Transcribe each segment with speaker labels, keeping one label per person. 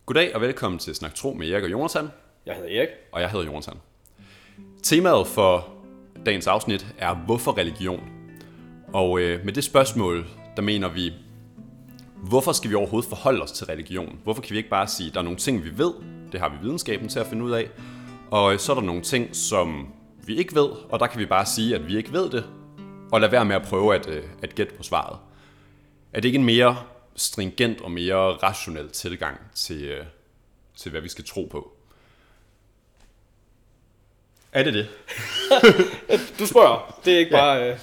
Speaker 1: Goddag og velkommen til Snak Tro med Erik og Jonathan.
Speaker 2: Jeg hedder Erik.
Speaker 1: Og jeg hedder Jonathan. Temaet for dagens afsnit er, hvorfor religion? Og med det spørgsmål, der mener vi, hvorfor skal vi overhovedet forholde os til religion? Hvorfor kan vi ikke bare sige, at der er nogle ting, vi ved, det har vi videnskaben til at finde ud af, og så er der nogle ting, som vi ikke ved, og der kan vi bare sige, at vi ikke ved det, og lade være med at prøve at gætte på svaret. Er det ikke en mere stringent og mere rationel tilgang til hvad vi skal tro på? Er det det?
Speaker 2: Du spørger. Det er ikke bare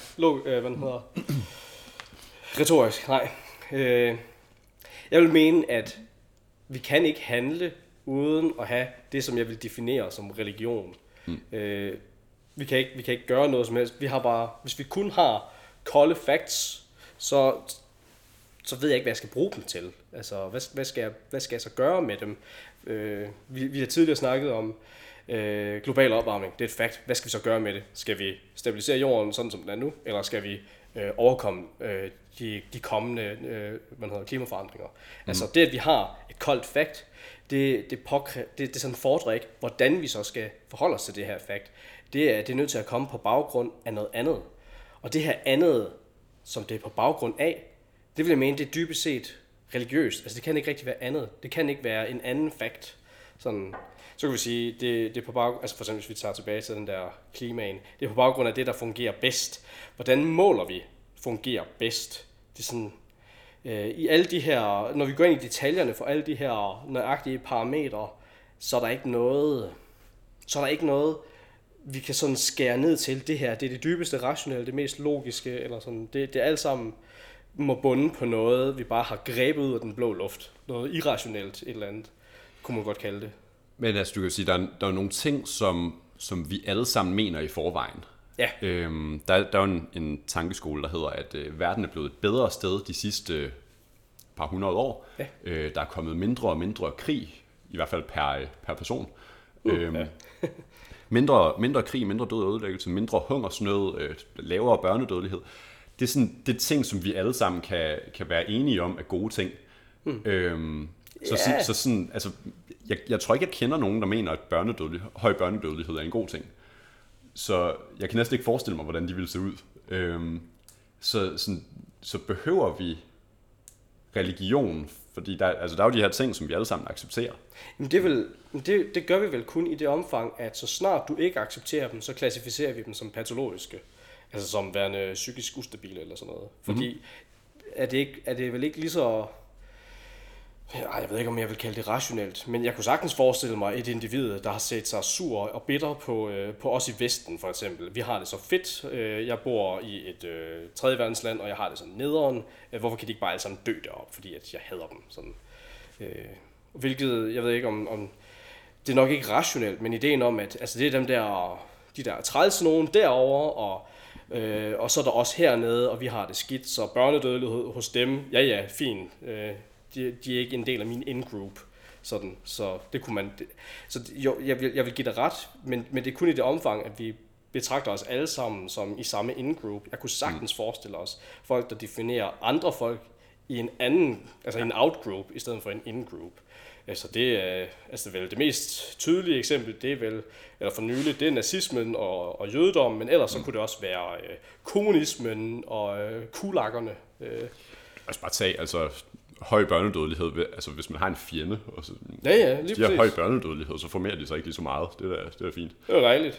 Speaker 2: retorisk. Nej. Jeg vil mene, at vi kan ikke handle uden at have det, som jeg vil definere som religion. Vi kan ikke gøre noget som helst. Vi har bare, hvis vi kun har kolde facts, så ved jeg ikke, hvad jeg skal bruge dem til. Altså, hvad skal jeg så gøre med dem? Vi har tidligere snakket om global opvarmning. Det er et fact. Hvad skal vi så gøre med det? Skal vi stabilisere jorden sådan, som den er nu? Eller skal vi overkomme de kommende klimaforandringer? Altså, det, at vi har et koldt fact, det er sådan en fordring, hvordan vi så skal forholde os til det her fact. Det er nødt til at komme på baggrund af noget andet. Og det her andet, som det er på baggrund af, det vil jeg mene, det er dybest set religiøst. Altså det kan ikke rigtig være andet. Det kan ikke være en anden fact. Sådan, så kan vi sige, det er på baggrund, altså for eksempel hvis vi tager tilbage til den der klimaen, det er på baggrund af det, der fungerer bedst. Hvordan måler vi fungerer bedst? Det er sådan, i alle de her, når vi går ind i detaljerne for alle de her nøjagtige parametre, så er der ikke noget, vi kan sådan skære ned til. Det her, det er det dybeste rationelle, det mest logiske, eller sådan, det er alt sammen må bunde på noget, vi bare har grebet ud af den blå luft. Noget irrationelt, et eller andet, kunne man godt kalde det.
Speaker 1: Men altså, du kan sige, der er nogle ting, som vi alle sammen mener i forvejen.
Speaker 2: Ja.
Speaker 1: Der er jo en tankeskole, der hedder, at verden er blevet et bedre sted de sidste par hundrede år. Ja. Der er kommet mindre og mindre krig, i hvert fald per person. Mindre krig, mindre død og ødelæggelse, mindre hungersnød, lavere børnedødelighed. Det er ting, som vi alle sammen kan være enige om er gode ting. Så sådan, altså, jeg tror ikke, jeg kender nogen, der mener, at høj børnedødelighed er en god ting. Så jeg kan næsten ikke forestille mig, hvordan de ville se ud. Så behøver vi religion, fordi der er jo de her ting, som vi alle sammen accepterer.
Speaker 2: Men det gør vi vel kun i det omfang, at så snart du ikke accepterer dem, så klassificerer vi dem som patologiske. Altså som værende psykisk ustabile eller sådan noget. Fordi er det vel ikke lige så... Jeg ved ikke, om jeg vil kalde det rationelt, men jeg kunne sagtens forestille mig et individ, der har set sig sur og bitter på os i Vesten, for eksempel. Vi har det så fedt. Jeg bor i et tredje verdensland, og jeg har det sådan nederen. Hvorfor kan de ikke bare alle sammen dø derop? Fordi at jeg hader dem. Sådan. Hvilket, jeg ved ikke, om det er nok ikke rationelt, men ideen om, at altså, det er de der træls nogen derovre, og så er der også hernede, og vi har det skidt, så børnedødelighed hos dem, ja, fint. De er ikke en del af min in-group, sådan, så det kunne man. Jeg vil give dig ret, men det er kun i det omfang, at vi betragter os alle sammen som i samme in-group. Jeg kunne sagtens forestille os folk, der definerer andre folk i en anden, altså en out-group i stedet for en in-group. Altså det er vel det mest tydelige eksempel, det er vel, eller for nylig, det er nazismen og jødedommen, men ellers så kunne det også være kommunismen og kulakkerne.
Speaker 1: Altså bare tage, altså høj børnedødelighed, altså hvis man har en fjende, og så
Speaker 2: ja, lige
Speaker 1: de har høj børnedødelighed, så formerer de sig ikke lige så meget. Det er fint.
Speaker 2: Det er dejligt.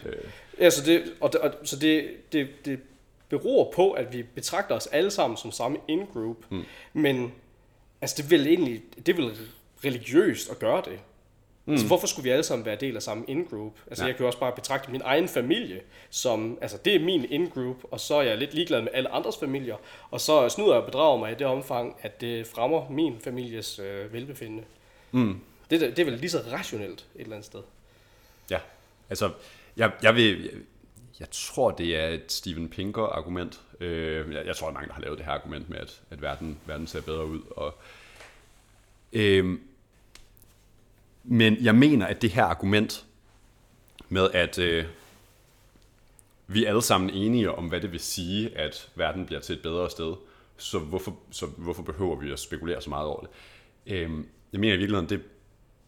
Speaker 2: Så det beror på, at vi betragter os alle sammen som samme in-group, men altså det vil religiøst at gøre det. Altså, hvorfor skulle vi alle sammen være del af samme in-group? Altså, jeg kan jo også bare betragte min egen familie som, altså, det er min in-group, og så er jeg lidt ligeglad med alle andres familier, og så snyder jeg og bedrager mig i det omfang, at det fremmer min families velbefindende. Det er vel lige så rationelt et eller andet sted.
Speaker 1: Ja, altså, jeg tror, det er et Steven Pinker-argument. Jeg tror, at mange, der har lavet det her argument med, at verden ser bedre ud, og men jeg mener, at det her argument med, at vi er alle sammen enige om, hvad det vil sige, at verden bliver til et bedre sted, så hvorfor behøver vi at spekulere så meget over det? Jeg mener i virkeligheden,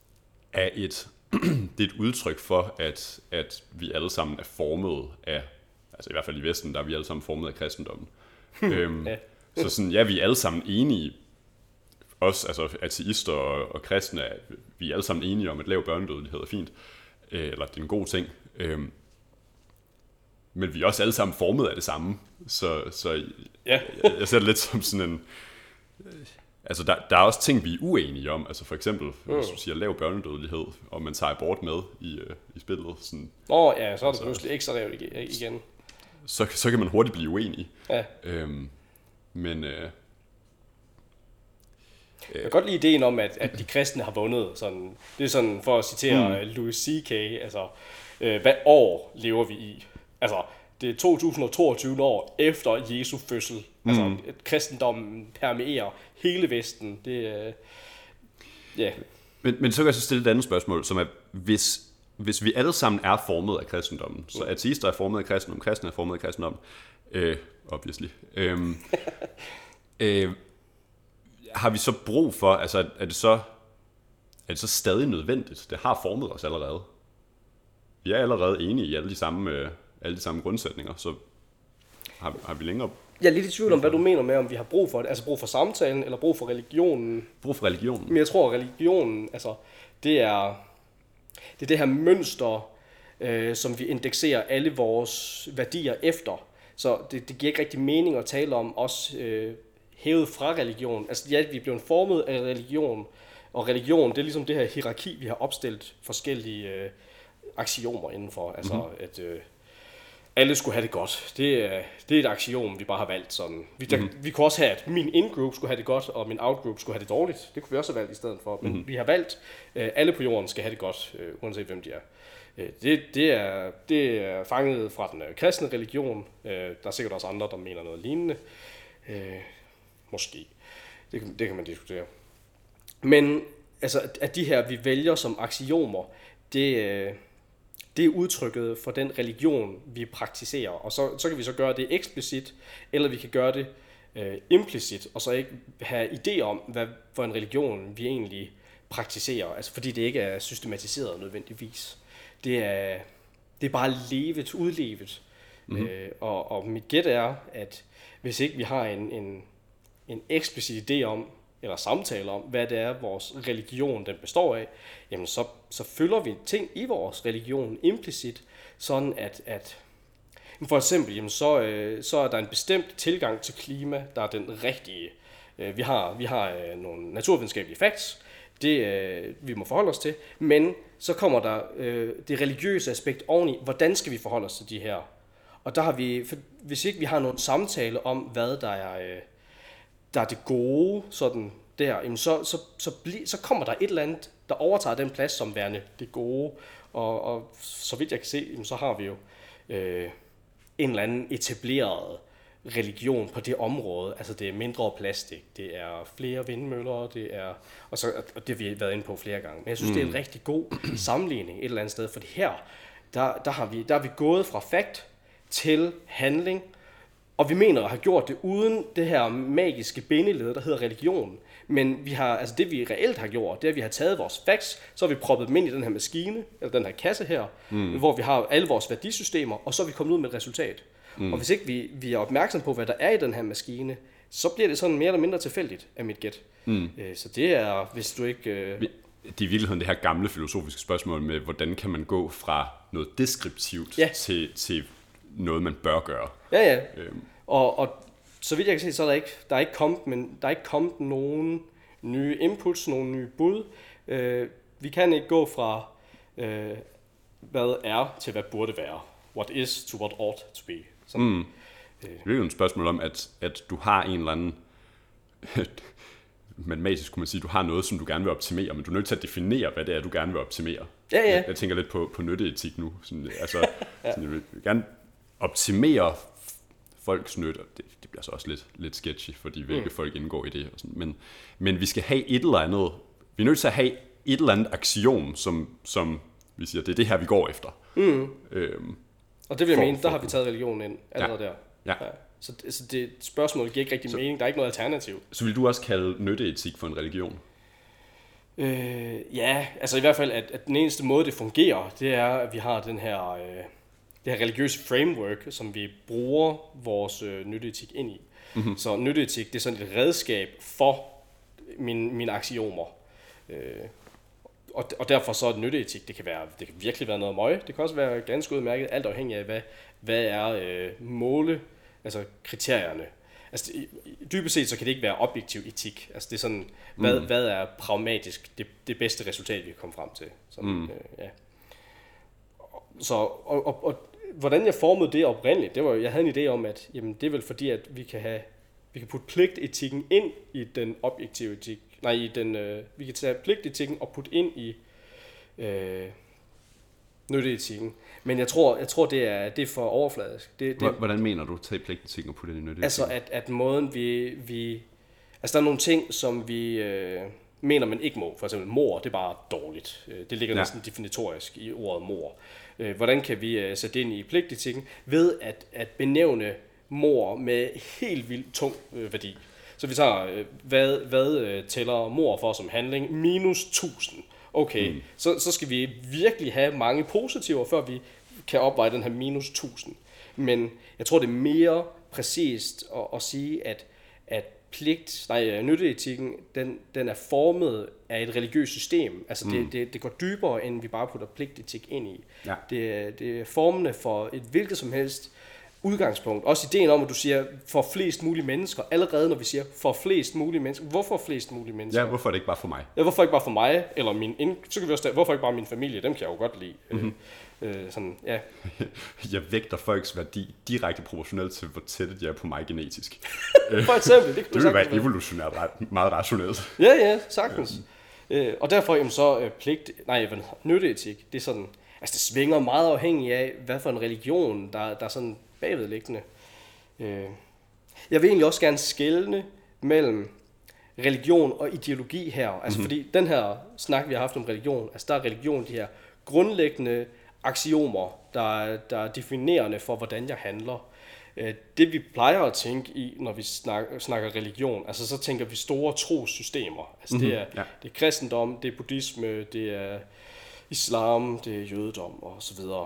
Speaker 1: er det er et udtryk for, at vi alle sammen er formet af, altså i hvert fald i Vesten, der er vi alle sammen formet af kristendommen. Ja. Så sådan, ja, vi er alle sammen enige, også altså ateister og kristne, vi er alle sammen enige om, at lav børnedødelighed er fint, eller det er en god ting. Men vi er også alle sammen formet af det samme, så ja. jeg ser det lidt som sådan en... Altså, der er også ting, vi er uenige om. Altså for eksempel, hvis du siger lav børnedødelighed, og man tager abort med i spillet. Sådan,
Speaker 2: ja, så er det pludselig ekstra lavt igen.
Speaker 1: Så kan man hurtigt blive uenig.
Speaker 2: Ja.
Speaker 1: Men...
Speaker 2: jeg kan godt lide ideen om, at de kristne har vundet. Sådan, det er sådan, for at citere Louis C.K., altså, hvad år lever vi i? Altså, det er 2022 år efter Jesu fødsel. Altså, kristendommen permeerer hele Vesten. Det ja.
Speaker 1: Men så kan jeg så stille et andet spørgsmål, som er, hvis vi alle sammen er formet af kristendommen, så ateister er formet af kristendom, kristne er formet af kristendom, obviously, har vi så brug for, altså er det så stadig nødvendigt? Det har formet os allerede. Vi er allerede enige i alle de samme grundsætninger, så har vi længere...
Speaker 2: Jeg er lidt i tvivl om, hvad du mener med, om vi har brug for det. Altså brug for samtalen, eller brug for religionen.
Speaker 1: Brug for religionen?
Speaker 2: Men jeg tror, at religionen, altså, det er det her mønster, som vi indekserer alle vores værdier efter. Så det giver ikke rigtig mening at tale om os hævet fra religion. Altså ja, vi er blevet formet af religion, og religion, det er ligesom det her hierarki, vi har opstillet forskellige aksiomer indenfor. Altså at alle skulle have det godt. Det er et aksiom, vi bare har valgt sådan. Vi kunne også have, at min in-group skulle have det godt, og min out-group skulle have det dårligt. Det kunne vi også have valgt i stedet for. Men vi har valgt, alle på jorden skal have det godt, uanset hvem de er. Det er fanget fra den kristne religion. Der er sikkert også andre, der mener noget lignende. Måske. Det kan man diskutere. Men altså, at de her, vi vælger som aksiomer, det er udtrykket for den religion, vi praktiserer. Og så kan vi så gøre det eksplicit, eller vi kan gøre det implicit, og så ikke have idé om, hvad for en religion vi egentlig praktiserer. Altså fordi det ikke er systematiseret nødvendigvis. Det er bare udlevet. Og mit gæt er, at hvis ikke vi har en eksplicit idé om, eller samtale om, hvad det er, vores religion den består af, jamen så følger vi ting i vores religion implicit, sådan at for eksempel, jamen så er der en bestemt tilgang til klima, der er den rigtige. Vi har nogle naturvidenskabelige facts, det vi må forholde os til, men så kommer der det religiøse aspekt oveni, hvordan skal vi forholde os til de her? Og der har vi, hvis ikke vi har nogen samtale om, hvad der er det gode, sådan der, jamen så kommer der et eller andet, der overtager den plads som værende det gode, og så vidt jeg kan se, jamen så har vi jo en eller anden etableret religion på det område. Altså det er mindre plastik, det er flere vindmøller, det er og det har vi været inde på flere gange. Men jeg synes det er en rigtig god sammenligning et eller andet sted, for det her der har vi gået fra fakt til handling. Og vi mener at have gjort det uden det her magiske bindeled, der hedder religion. Men vi har, altså det vi reelt har gjort, det er, at vi har taget vores facts, så har vi proppet dem ind i den her maskine, eller den her kasse her, hvor vi har alle vores værdisystemer, og så er vi kommet ud med et resultat. Og hvis ikke vi er opmærksom på, hvad der er i den her maskine, så bliver det sådan mere eller mindre tilfældigt af mit gæt. Så det er, hvis du ikke...
Speaker 1: Det er i virkeligheden det her gamle filosofiske spørgsmål med, hvordan kan man gå fra noget deskriptivt til noget, man bør gøre.
Speaker 2: Ja. Og så vidt jeg kan se, så er der er ikke kommet nogen nye inputs, nogen nye bud. Vi kan ikke gå fra hvad er til hvad burde være. What is to what ought to be.
Speaker 1: Det er jo et spørgsmål om, at du har en eller anden... matematisk kunne man sige, at du har noget, som du gerne vil optimere, men du er nødt til at definere, hvad det er, du gerne vil optimere.
Speaker 2: Ja.
Speaker 1: Jeg tænker lidt på nytteetik nu. Sådan, altså, sådan, jeg vil gerne optimere folks nytte. Det bliver så også lidt sketchy, fordi hvilke folk indgår i det. Og sådan. Men vi skal have et eller andet. Vi er nødt til at have et eller andet aksiom, som vi siger, det er det her, vi går efter.
Speaker 2: Og det vil jeg mene, der har vi taget religionen ind allerede der.
Speaker 1: Ja.
Speaker 2: Så det spørgsmål giver ikke rigtig mening. Der er ikke noget alternativ.
Speaker 1: Så vil du også kalde nytteetik for en religion?
Speaker 2: Ja, altså i hvert fald, at den eneste måde, det fungerer, det er, at vi har det her religiøse framework, som vi bruger vores nytteetik ind i. Mm-hmm. Så nytteetik, det er sådan et redskab for mine aksiomer. Og derfor så er det nytteetik, det kan virkelig være noget møg. Det kan også være ganske udmærket, alt afhængig af, hvad er måle, altså kriterierne. Altså dybest set så kan det ikke være objektiv etik. Altså det er sådan, hvad er pragmatisk det bedste resultat, vi kan komme frem til. Sådan, ja. Så, og hvordan jeg formede det oprindeligt, jeg havde en idé om, at jamen, det er vel fordi, at vi kan putte pligtetikken ind i den objektive etik. Vi kan tage pligtetikken og putte ind i nytteetikken. Men jeg tror det er for overfladisk.
Speaker 1: Hvordan mener du, tage pligtetikken og putte ind i nytteetikken?
Speaker 2: Altså at måden vi altså der er nogle ting, som vi mener, man ikke må. For eksempel mord, det er bare dårligt. Det ligger næsten definitorisk i ordet mord. Hvordan kan vi sætte det ind i pligtetikken? Ved at benævne mord med helt vildt tung værdi. Så vi tager, hvad tæller mord for som handling? Minus 1000. Okay, så skal vi virkelig have mange positiver, før vi kan opveje den her minus 1000. Men jeg tror, det er mere præcist at sige, at nytteetikken, den er formet af et religiøst system. Altså det går dybere, end vi bare putter pligtetik ind i. Ja. Det er formende for et hvilket som helst udgangspunkt. Også ideen om, at du siger, for flest mulige mennesker. Allerede når vi siger, for flest mulige mennesker. Hvorfor flest mulige mennesker?
Speaker 1: Ja, hvorfor er det ikke bare for mig?
Speaker 2: Ja, hvorfor ikke bare for mig? Eller så kan vi også hvorfor ikke bare min familie? Dem kan jeg jo godt lide. Mm-hmm. Sådan, ja.
Speaker 1: Jeg vægter folks værdi direkte proportionelt til, hvor tætte de er på mig genetisk.
Speaker 2: For eksempel. Det
Speaker 1: vil være evolutionært meget rationelt.
Speaker 2: Ja, sagtens. Og derfor jamen, så nytteetik, det er sådan, altså det svinger meget afhængig af, hvad for en religion, der er sådan bagvedliggende. Jeg vil egentlig også gerne skelne mellem religion og ideologi her. Altså fordi den her snak, vi har haft om religion, altså der er religion de her grundlæggende aksiomer, der er definerende for, hvordan jeg handler. Det vi plejer at tænke i, når vi snakker religion, altså så tænker vi store trossystemer. Altså det er kristendom, det er buddhisme, det er islam, det er jødedom og så videre.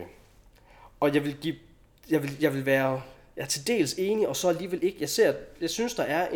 Speaker 2: Og jeg vil være til dels enig, og så alligevel ikke. Jeg synes, der er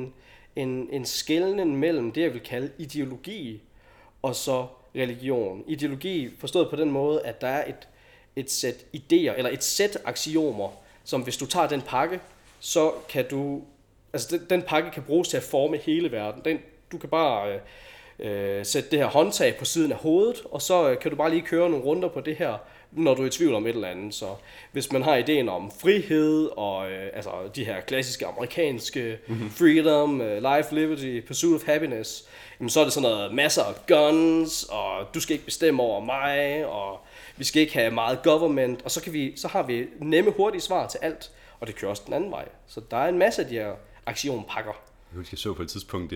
Speaker 2: en skelnen mellem det, jeg vil kalde ideologi, og så religion. Ideologi forstået på den måde, at der er et sæt idéer, eller et sæt aksiomer, som hvis du tager den pakke, så kan du, altså den pakke kan bruges til at forme hele verden. Du kan bare sætte det her håndtag på siden af hovedet, og så kan du bare lige køre nogle runder på det her, når du er i tvivl om et eller andet. Så hvis man har ideen om frihed, og altså de her klassiske amerikanske freedom, life, liberty, pursuit of happiness, jamen, så er det sådan noget masser af guns, og du skal ikke bestemme over mig, og vi skal ikke have meget government, og så har vi nemme, hurtige svar til alt, og det kører også den anden vej. Så der er en masse af de her aktionpakker.
Speaker 1: Jeg husker, jeg så på et tidspunkt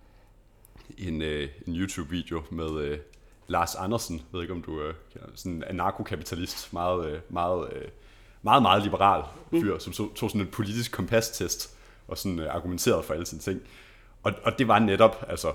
Speaker 1: en YouTube-video med Lars Andersen. Jeg ved ikke, om du er sådan en anarkokapitalist, meget liberal fyr, som tog sådan en politisk kompastest og sådan argumenterede for alle sine ting. Og det var netop, altså,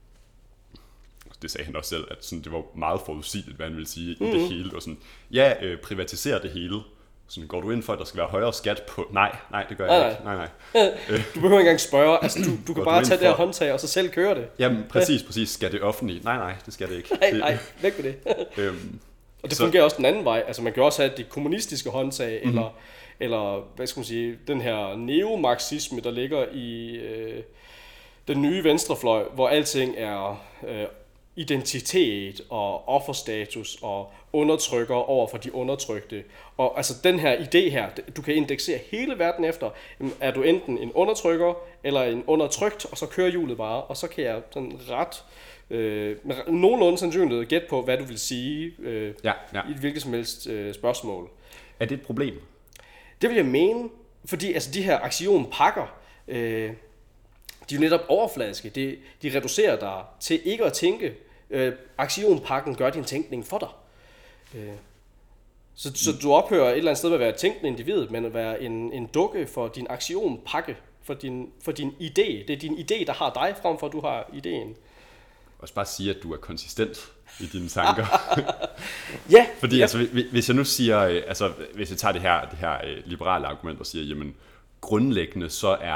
Speaker 1: det sagde han også selv, at sådan, det var meget forudsigeligt, hvad han ville sige i det hele. Og sådan, privatisere det hele. Sådan, går du ind for, at der skal være højere skat på? Nej, det gør jeg ikke. Nej.
Speaker 2: Du behøver ikke engang spørge. Altså, du kan bare tage det her håndtag, og så selv køre det.
Speaker 1: Jamen, præcis. Skal det offentlige? Nej, det skal det ikke.
Speaker 2: Nej, væk med det. Og det fungerer også den anden vej. Altså, man kan også have det kommunistiske håndtag, eller hvad skal man sige, den her neomarxisme, der ligger i den nye venstrefløj, hvor alting er identitet og offerstatus og undertrykker over for de undertrykte. Og altså den her idé her, du kan indeksere hele verden efter, er du enten en undertrykker eller en undertrykt, og så kører hjulet bare, og så kan jeg sådan ret med nogenlunde sandsynlighed gætte på, hvad du vil sige i et hvilket som helst spørgsmål.
Speaker 1: Er det et problem?
Speaker 2: Det vil jeg mene, fordi altså de her aktionpakker, de er jo netop overfladiske. De reducerer dig til ikke at tænke. Aktionpakken gør din tænkning for dig. Så du ophører et eller andet sted med at være et tænkende individ, men at være en dukke for din aktionpakke, for din idé. Det er din idé, der har dig, frem for at du har ideen.
Speaker 1: også bare sige, at du er konsistent i dine tanker.
Speaker 2: Ja.
Speaker 1: Fordi altså, hvis jeg nu siger, altså hvis jeg tager det her liberale argument og siger, jamen grundlæggende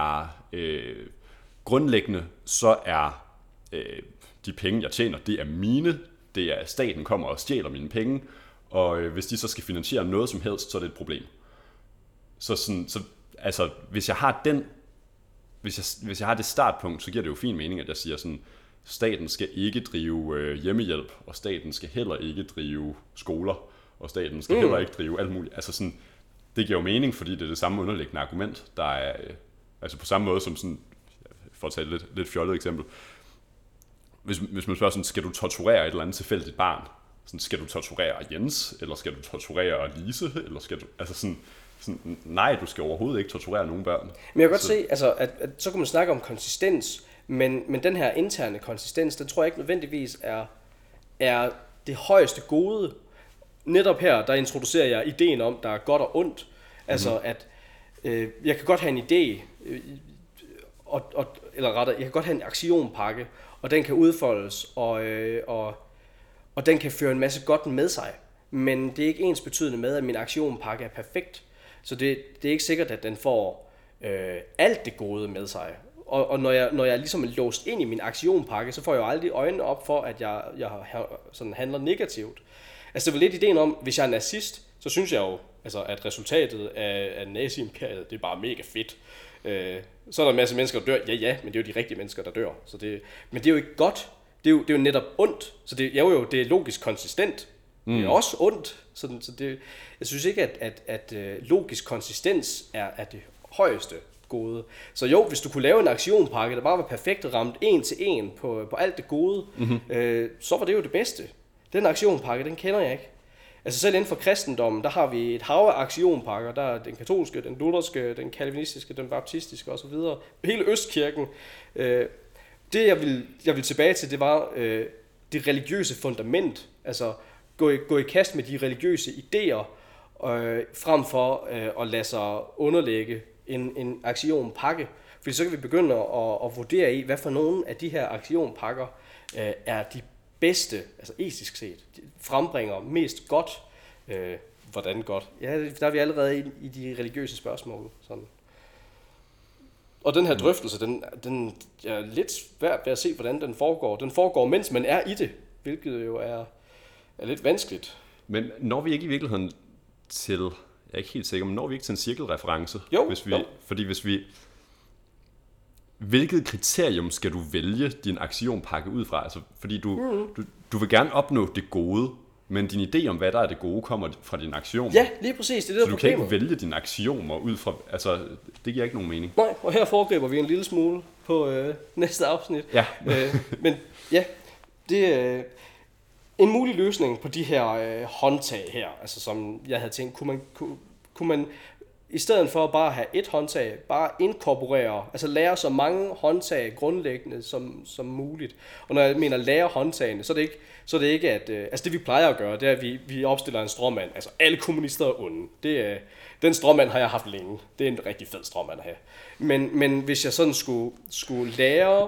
Speaker 1: så er de penge, jeg tjener, det er mine. Det er, staten kommer og stjæler mine penge, og hvis de så skal finansiere noget som helst, så er det et problem. Så altså, hvis jeg har det startpunkt, så giver det jo fin mening, at jeg siger sådan, staten skal ikke drive hjemmehjælp, og staten skal heller ikke drive skoler, og staten skal heller ikke drive alt muligt. Altså sådan, det giver jo mening, fordi det er det samme underliggende argument, der er, altså på samme måde som sådan, for at tage et lidt fjollet eksempel, hvis man spørger sådan, skal du torturere et eller andet tilfældigt barn? Sådan, skal du torturere Jens, eller skal du torturere Lise, eller skal du, altså sådan, nej, du skal overhovedet ikke torturere nogen børn.
Speaker 2: Men jeg kan godt se, altså, at så kan man snakke om konsistens, men den her interne konsistens, den tror jeg ikke nødvendigvis er det højeste gode. Netop her, der introducerer jeg ideen om, der er godt og ondt. Altså, at jeg kan godt have en idé, eller rettere, jeg kan godt have en aktionpakke, og den kan udfoldes, og den kan føre en masse godt med sig. Men det er ikke ens betydende med, at min aktionpakke er perfekt. Så det er ikke sikkert, at den får alt det gode med sig. Og når jeg ligesom er låst ind i min aktionpakke, så får jeg jo aldrig øjnene op for, at jeg sådan handler negativt. Altså det var lidt ideen om, hvis jeg er nazist, så synes jeg jo, altså, at resultatet af nazi-imperiet, det er bare mega fedt. Så er der en masse mennesker, der dør. Ja, men det er jo de rigtige mennesker, der dør. Men det er jo ikke godt. Det er jo netop ondt. Så det er logisk konsistent. Det er også ondt. Så jeg synes ikke, at logisk konsistens er det højeste gode. Så jo, hvis du kunne lave en aktionpakke, der bare var perfekt ramt en til en på alt det gode, så var det jo det bedste. Den aktionpakke, den kender jeg ikke. Altså selv inden for kristendommen, der har vi et hav af aktionpakker. Der er den katolske, den lutherske, den kalvinistiske, den baptistiske osv. Hele Østkirken. Det jeg vil tilbage til, det var det religiøse fundament. Altså gå i kast med de religiøse idéer, frem for at lade sig underlægge en aktionpakke. Fordi så kan vi begynde at vurdere i, hvad for nogle af de her aktionpakker er de bedste, altså etisk set, frembringer mest godt. Hvordan godt? Ja, der er vi allerede i de religiøse spørgsmål. Sådan. Og den her drøftelse, den er lidt svært ved at se, hvordan den foregår. Den foregår, mens man er i det, hvilket jo er lidt vanskeligt.
Speaker 1: Men når vi ikke i virkeligheden til, jeg er ikke helt sikker, men når vi ikke til en cirkelreference?
Speaker 2: Jo.
Speaker 1: Fordi hvis vi, hvilket kriterium skal du vælge din aktionpakke ud fra? Altså, fordi du vil gerne opnå det gode, men din idé om, hvad der er det gode, kommer fra din aktion.
Speaker 2: Ja, lige præcis. Det er det,
Speaker 1: så du kan ikke vælge dine aktioner ud fra, altså, det giver ikke nogen mening.
Speaker 2: Nej, og her foregriber vi en lille smule på næste afsnit.
Speaker 1: Ja.
Speaker 2: Men ja, det er en mulig løsning på de her håndtag her, altså som jeg havde tænkt, kunne man i stedet for bare at have et håndtag, bare inkorporere, altså lære så mange håndtag grundlæggende som muligt. Og når jeg mener lære håndtagene, så er det ikke at, altså det vi plejer at gøre, det er, at vi opstiller en stråmand. Altså alle kommunister er onde. Den stråmand har jeg haft længe. Det er en rigtig fed stråmand at have. Men hvis jeg sådan skulle lære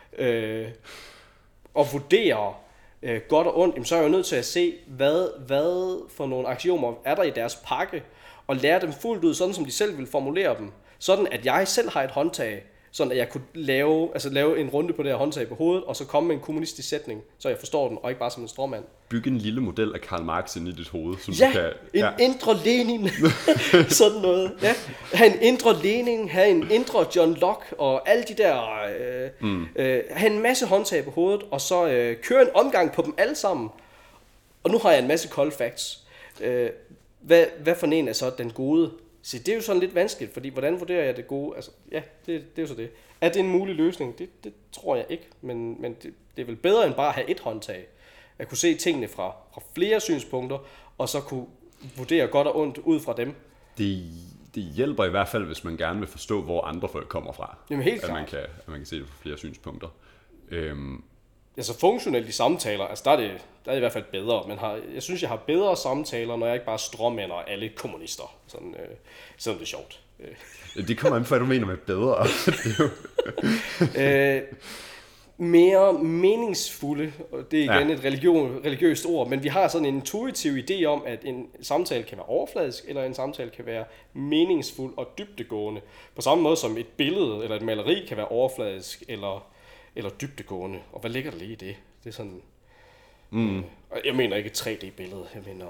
Speaker 2: og vurdere godt og ondt, så er jeg jo nødt til at se, hvad for nogle aksiomer er der i deres pakke, og lære dem fuldt ud, sådan som de selv vil formulere dem. Sådan at jeg selv har et håndtag, sådan at jeg kunne lave en runde på det her håndtag på hovedet, og så komme med en kommunistisk sætning, så jeg forstår den, og ikke bare som en stråmand.
Speaker 1: Bygge en lille model af Karl Marx ind i dit hoved. Som
Speaker 2: ja,
Speaker 1: du kan,
Speaker 2: en indre Lenin. Sådan noget. Ja. Ha' en indre Lenin, have en indre John Locke, og alle de der... have en masse håndtag på hovedet, og så køre en omgang på dem alle sammen. Og nu har jeg en masse cold facts. Hvad for en er så den gode? Så det er jo sådan lidt vanskeligt, fordi hvordan vurderer jeg det gode? Altså, ja, det er jo så det. Er det en mulig løsning? Det tror jeg ikke, men det er vel bedre end bare at have et håndtag. At kunne se tingene fra flere synspunkter, og så kunne vurdere godt og ondt ud fra dem.
Speaker 1: Det hjælper i hvert fald, hvis man gerne vil forstå, hvor andre folk kommer fra.
Speaker 2: Jamen helt klart.
Speaker 1: At man kan se det fra flere synspunkter.
Speaker 2: Altså funktionelt i samtaler, altså der er det i hvert fald bedre. Jeg synes, jeg har bedre samtaler, når jeg ikke bare stråmænder alle kommunister. Sådan, selvom det er sjovt.
Speaker 1: Det kommer an på, hvad du mener med bedre.
Speaker 2: mere meningsfulde, og det er igen et religiøst ord, men vi har sådan en intuitiv idé om, at en samtale kan være overfladisk, eller en samtale kan være meningsfuld og dybdegående. På samme måde som et billede eller et maleri kan være overfladisk eller dybdegående. Og hvad ligger der lige i det? Det er sådan... Jeg mener ikke et 3D-billede, jeg mener...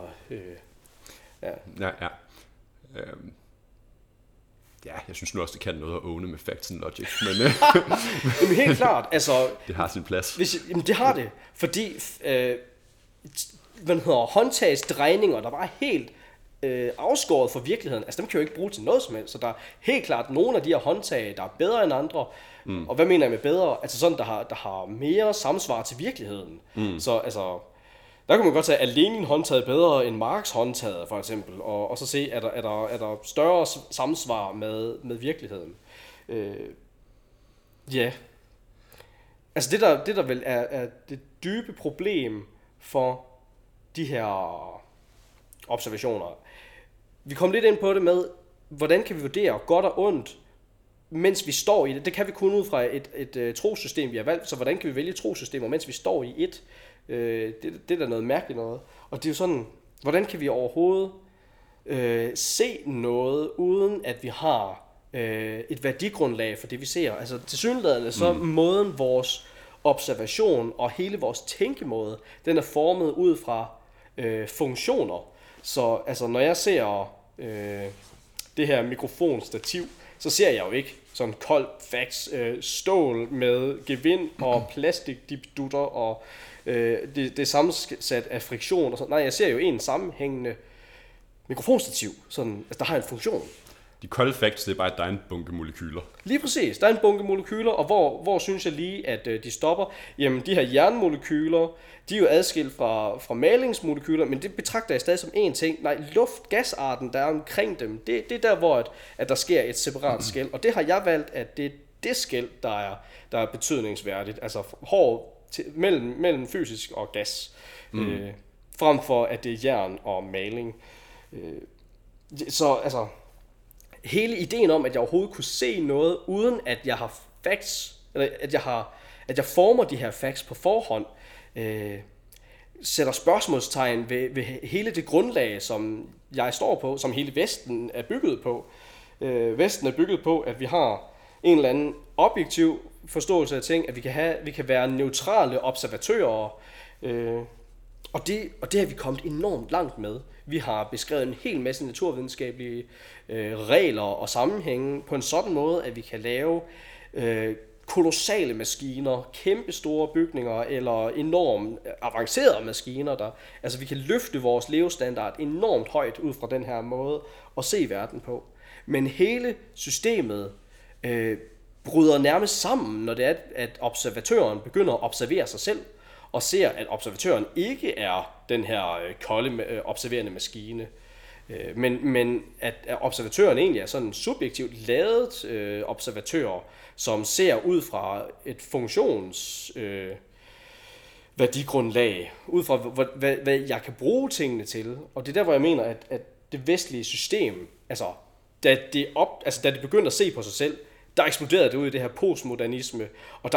Speaker 1: Ja, jeg synes nu også, det kan noget at åbne med facts and logic, men...
Speaker 2: Jamen helt klart, altså...
Speaker 1: Det har sin plads.
Speaker 2: Jamen det har det, fordi håndtagsdrejninger, der var helt afskåret fra virkeligheden, altså dem kan jo ikke bruge til noget som helst, så der er helt klart nogle af de her håndtag, der er bedre end andre, og hvad mener jeg med bedre? Altså sådan, der har mere samsvar til virkeligheden. Så altså... Der kan man godt sige, at Lenin håndtaget bedre end Marx håndtaget, for eksempel, og så se, er der større samsvar med virkeligheden. Ja. Altså det der vel er det dybe problem for de her observationer. Vi kom lidt ind på det med, hvordan kan vi vurdere godt og ondt, mens vi står i det. Det kan vi kun ud fra et trosystem, vi har valgt, så hvordan kan vi vælge trosystemer, mens vi står i et? Det er da noget mærkeligt noget. Og det er jo sådan, hvordan kan vi overhovedet se noget, uden at vi har et værdigrundlag for det, vi ser? Altså tilsyneladende så måden vores observation og hele vores tænkemåde, den er formet ud fra funktioner. Så altså, når jeg ser det her mikrofonstativ, så ser jeg jo ikke sådan kold fax, stål med gevind og plastikdibdutter og det er sammensat af friktion og sådan. Nej, jeg ser jo en sammenhængende mikrofonstativ, sådan, altså der har en funktion.
Speaker 1: De kolde facts, det er bare, at der er en bunke molekyler.
Speaker 2: Lige præcis, der er en bunke molekyler, og hvor synes jeg lige, at de stopper? Jamen, de her jernmolekyler, de er jo adskilt fra malingsmolekyler, men det betragter jeg stadig som én ting. Nej, luft-gasarten, der er omkring dem, det er der, hvor at der sker et separat skel, og det har jeg valgt, at det er det skel, der er betydningsværdigt, altså hård mellem fysisk og gas, frem for at det er jern og maling. Så altså, hele ideen om, at jeg overhovedet kunne se noget, uden at jeg har facts, eller at jeg former de her facts på forhånd, sætter spørgsmålstegn ved hele det grundlag, som jeg står på, som hele Vesten er bygget på. Vesten er bygget på, at vi har en eller anden objektiv forståelse af ting, at vi kan være neutrale observatører, og det har vi kommet enormt langt med. Vi har beskrevet en hel masse naturvidenskabelige regler og sammenhænge på en sådan måde, at vi kan lave kolossale maskiner, kæmpe store bygninger eller enormt avancerede maskiner, altså vi kan løfte vores levestandard enormt højt ud fra den her måde og se verden på. Men hele systemet bryder nærmest sammen, når det er, at observatøren begynder at observere sig selv, og ser, at observatøren ikke er den her kolde observerende maskine, men at observatøren egentlig er sådan en subjektivt lavet observatør, som ser ud fra et funktions værdigrundlag, ud fra hvad jeg kan bruge tingene til. Og det er der, hvor jeg mener, at det vestlige system, altså da det begyndte at se på sig selv, der eksploderede det ud i det her postmodernisme, og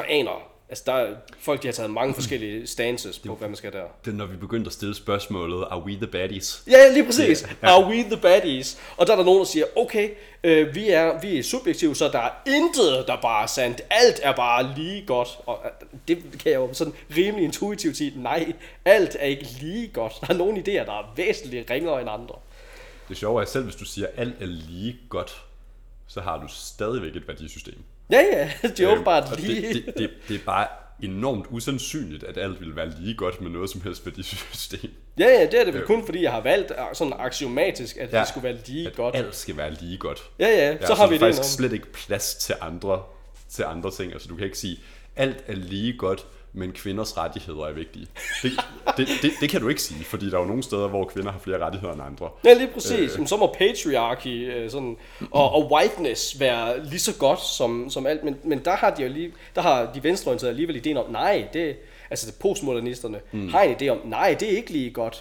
Speaker 2: folk de har taget mange forskellige stances på, hvad man skal der.
Speaker 1: Det er, når vi begyndte at stille spørgsmålet, are we the baddies?
Speaker 2: Ja, lige præcis. Are we the baddies? Og der er der nogen, der siger, okay, vi er subjektive, så der er intet, der bare er sandt. Alt er bare lige godt. Og det kan jeg jo sådan rimelig intuitivt sige, nej, alt er ikke lige godt. Der er nogle idéer, der er væsentligt ringere end andre.
Speaker 1: Det sjove er, at selv hvis du siger, at alt er lige godt, så har du stadigvæk et værdisystem.
Speaker 2: Ja, det er åbenbart lige.
Speaker 1: Det er bare enormt usandsynligt, at alt ville være lige godt med noget som helst værdisystem.
Speaker 2: Ja, det er det vel kun fordi, jeg har valgt sådan aksiomatisk, at det skulle være lige godt.
Speaker 1: Alt skal være lige godt.
Speaker 2: Ja, så har vi det.
Speaker 1: Der er faktisk slet ikke plads til andre ting. Altså du kan ikke sige, alt er lige godt, men kvinders rettigheder er vigtige. Det kan du ikke sige, fordi der er jo nogle steder, hvor kvinder har flere rettigheder end andre.
Speaker 2: Ja, lige præcis. Så må patriarchy og whiteness være lige så godt som alt, men der har de venstreorienterede alligevel ideen om, nej, det postmodernisterne har en idé om, nej, det er ikke lige godt.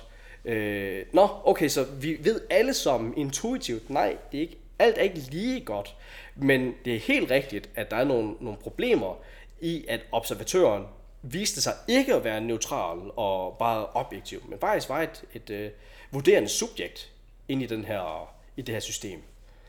Speaker 2: Okay, så vi ved alle sammen intuitivt, nej, alt er ikke lige godt, men det er helt rigtigt, at der er nogle problemer i, at observatøren viste sig ikke at være neutral og bare objektiv, men faktisk var et vurderende subjekt ind i det her system.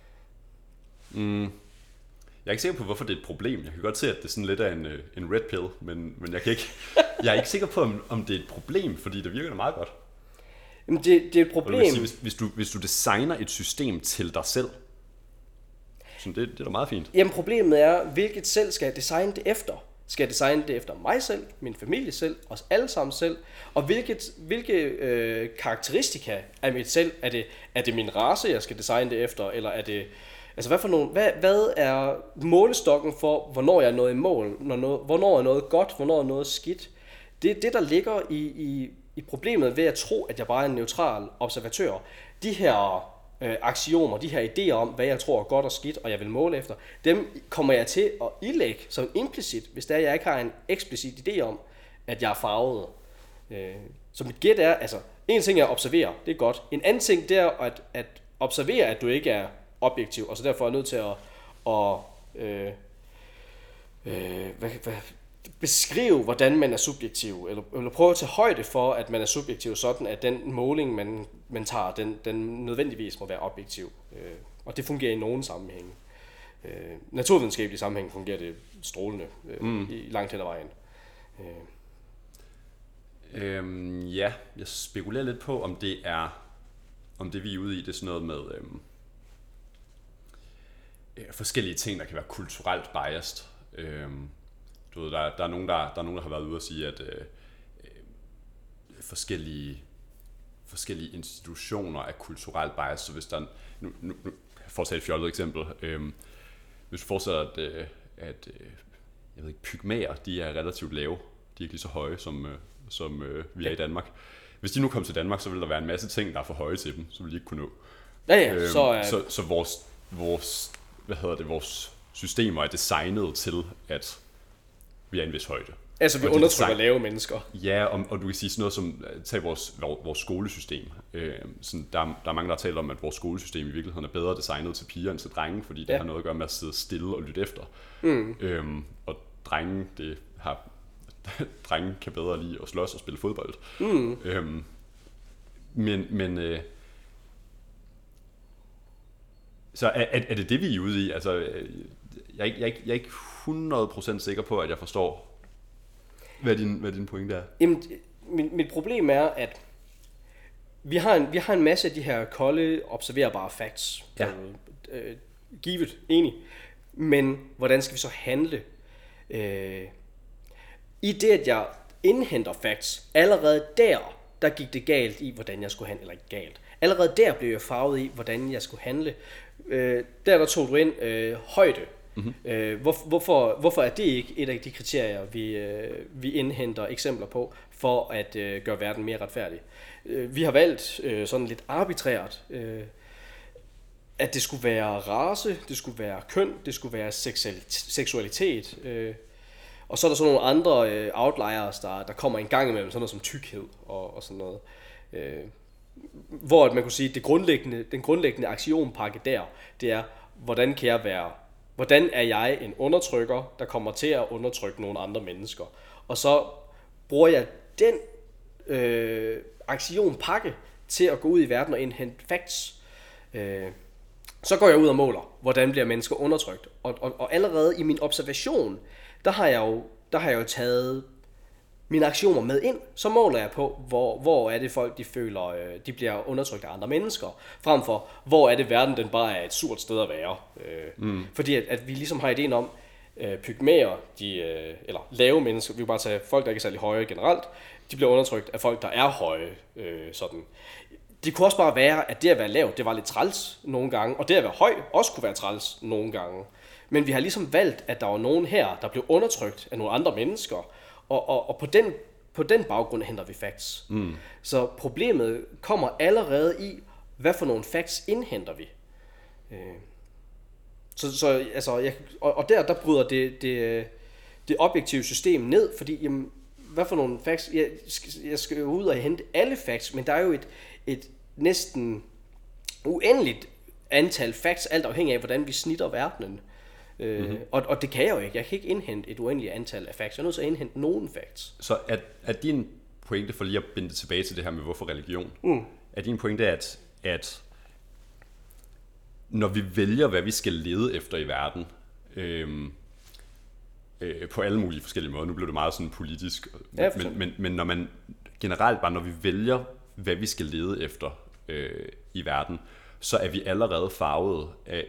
Speaker 1: Jeg er ikke sikker på, hvorfor det er et problem. Jeg kan godt se, at det sådan lidt er en red pill, men jeg er ikke sikker på, om det er et problem, fordi det virker da meget godt.
Speaker 2: Jamen det er et problem.
Speaker 1: Sige, hvis du designer et system til dig selv, så det er da meget fint.
Speaker 2: Jamen problemet er, hvilket selv skal jeg designe det efter? Skal jeg designe det efter mig selv, min familie selv, os alle sammen selv? Og hvilke karakteristika af mit selv? Er det min race, jeg skal designe det efter? Eller er det... Altså hvad er målestokken for, hvornår jeg er nået i mål? Hvornår er noget godt? Hvornår er noget skidt? Det er det, der ligger i problemet ved at tro, at jeg bare er en neutral observatør. De her aksiomer, de her idéer om, hvad jeg tror er godt og skidt, og jeg vil måle efter, dem kommer jeg til at indlægge som implicit, hvis der jeg ikke har en eksplicit idé om, at jeg er farvet. Så mit gæt er, altså, en ting er at observere, det er godt. En anden ting, det er at observere, at du ikke er objektiv, og så derfor er nødt til at beskrive, hvordan man er subjektiv, eller prøve at tage højde for, at man er subjektiv, sådan at den måling, man tager, den nødvendigvis må være objektiv. Og det fungerer i nogle sammenhænge. Naturvidenskabelige sammenhænge fungerer det strålende i langt hen ad vejen.
Speaker 1: Ja, jeg spekulerer lidt på, om det vi er ude i, det er sådan noget med forskellige ting, der kan være kulturelt biased. Du ved, der er nogen, der har været ude og sige, at forskellige institutioner er kulturelt biased. Så hvis der nu for at tage et fjollet eksempel, hvis du forestiller, at jeg ved ikke, pygmæer, de er relativt lave, de er ikke lige så høje som vi er i Danmark. Hvis de nu kom til Danmark, så ville der være en masse ting, der er for høje til dem, så ville de ikke kunne nå. Så vores systemer er designet til, at vi er en vis højde.
Speaker 2: Altså vi undertrykker lave mennesker.
Speaker 1: Ja, og du kan sige sådan noget som, tag vores skolesystem. Sådan, der er mange, der har talt om, at vores skolesystem i virkeligheden er bedre designet til piger end til drenge, fordi det har noget at gøre med at sidde stille og lytte efter. Og drenge kan bedre lide at slås og spille fodbold. Så er det vi er ude i? Altså, jeg er ikke 100% sikker på, at jeg forstår, hvad din pointe er.
Speaker 2: Jamen, mit problem er, at vi har en masse af de her kolde, observerbare facts.
Speaker 1: Ja.
Speaker 2: Givet, enig. Men hvordan skal vi så handle? I det, at jeg indhenter facts, allerede der gik det galt i, hvordan jeg skulle handle, eller ikke galt. Allerede der blev jeg farvet i, hvordan jeg skulle handle. Der tog du ind højde. Hvorfor er det ikke et af de kriterier, vi indhenter eksempler på, for at gøre verden mere retfærdig? Vi har valgt sådan lidt arbitrært, at det skulle være race, det skulle være køn, det skulle være seksualitet. Og så er der sådan nogle andre outliers, der kommer en gang imellem, sådan noget som tykkhed og sådan noget. Hvor man kunne sige, den grundlæggende aksiompakke det er, hvordan er jeg en undertrykker, der kommer til at undertrykke nogle andre mennesker. Og så bruger jeg den aktionpakke til at gå ud i verden og indhente facts. Så går jeg ud og måler, hvordan bliver mennesker undertrykt. Og allerede i min observation, der har jeg jo taget mine aktioner med ind. Så måler jeg på, hvor er det folk, de føler, de bliver undertrykt af andre mennesker. Frem for, hvor er det verden, den bare er et surt sted at være. Fordi at vi ligesom har ideen om, pygmæer, eller lave mennesker, vi vil bare tage folk, der ikke er særlig høje generelt, de bliver undertrykt af folk, der er høje. Sådan. Det kunne også bare være, at det at være lav, det var lidt træls nogle gange, og det at være høj også kunne være træls nogle gange. Men vi har ligesom valgt, at der var nogen her, der blev undertrykt af nogle andre mennesker, og på den baggrund henter vi facts. Så problemet kommer allerede i, hvad for nogle facts indhenter vi. Og der bryder det objektive system ned, fordi jamen, hvad for nogle facts, jeg skal ud og hente alle facts, men der er jo et næsten uendeligt antal facts, alt afhængig af, hvordan vi snitter verdenen. Og det kan jeg jo ikke. Jeg kan ikke indhente et uendeligt antal af facts. Jeg er nødt til at indhente nogle facts.
Speaker 1: Så er din pointe, for lige at binde det tilbage til det her med, hvorfor religion, er din pointe, at når vi vælger, hvad vi skal lede efter i verden, på alle mulige forskellige måder, nu blev det meget sådan politisk, men når man generelt bare, når vi vælger, hvad vi skal lede efter i verden, så er vi allerede farvet af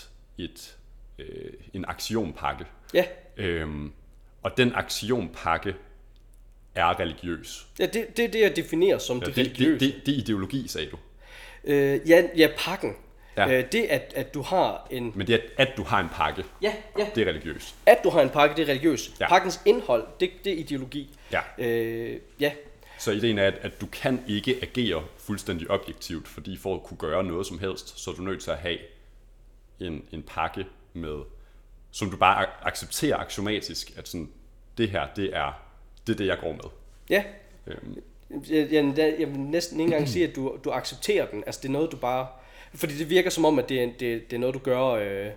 Speaker 1: en aktionpakke.
Speaker 2: Ja.
Speaker 1: Og den aktionpakke er religiøs.
Speaker 2: Ja, det er det, jeg definerer som det religiøse.
Speaker 1: Det er ideologi, sagde du.
Speaker 2: Ja, pakken. Ja. Det at du har en...
Speaker 1: Men det at du har en pakke,
Speaker 2: ja.
Speaker 1: Det er religiøst.
Speaker 2: At du har en pakke, det er religiøst. Ja. Pakkens indhold, det er ideologi.
Speaker 1: Ja.
Speaker 2: Ja.
Speaker 1: Så ideen er, at du kan ikke agere fuldstændig objektivt, fordi for at kunne gøre noget som helst, så er du nødt til at have en pakke med, som du bare accepterer aksiomatisk, at sådan, det her, det er det, jeg går med.
Speaker 2: Ja. Jeg vil næsten ikke engang sige, at du accepterer den. Altså det er noget, du bare... Fordi det virker som om, at det er noget, du gør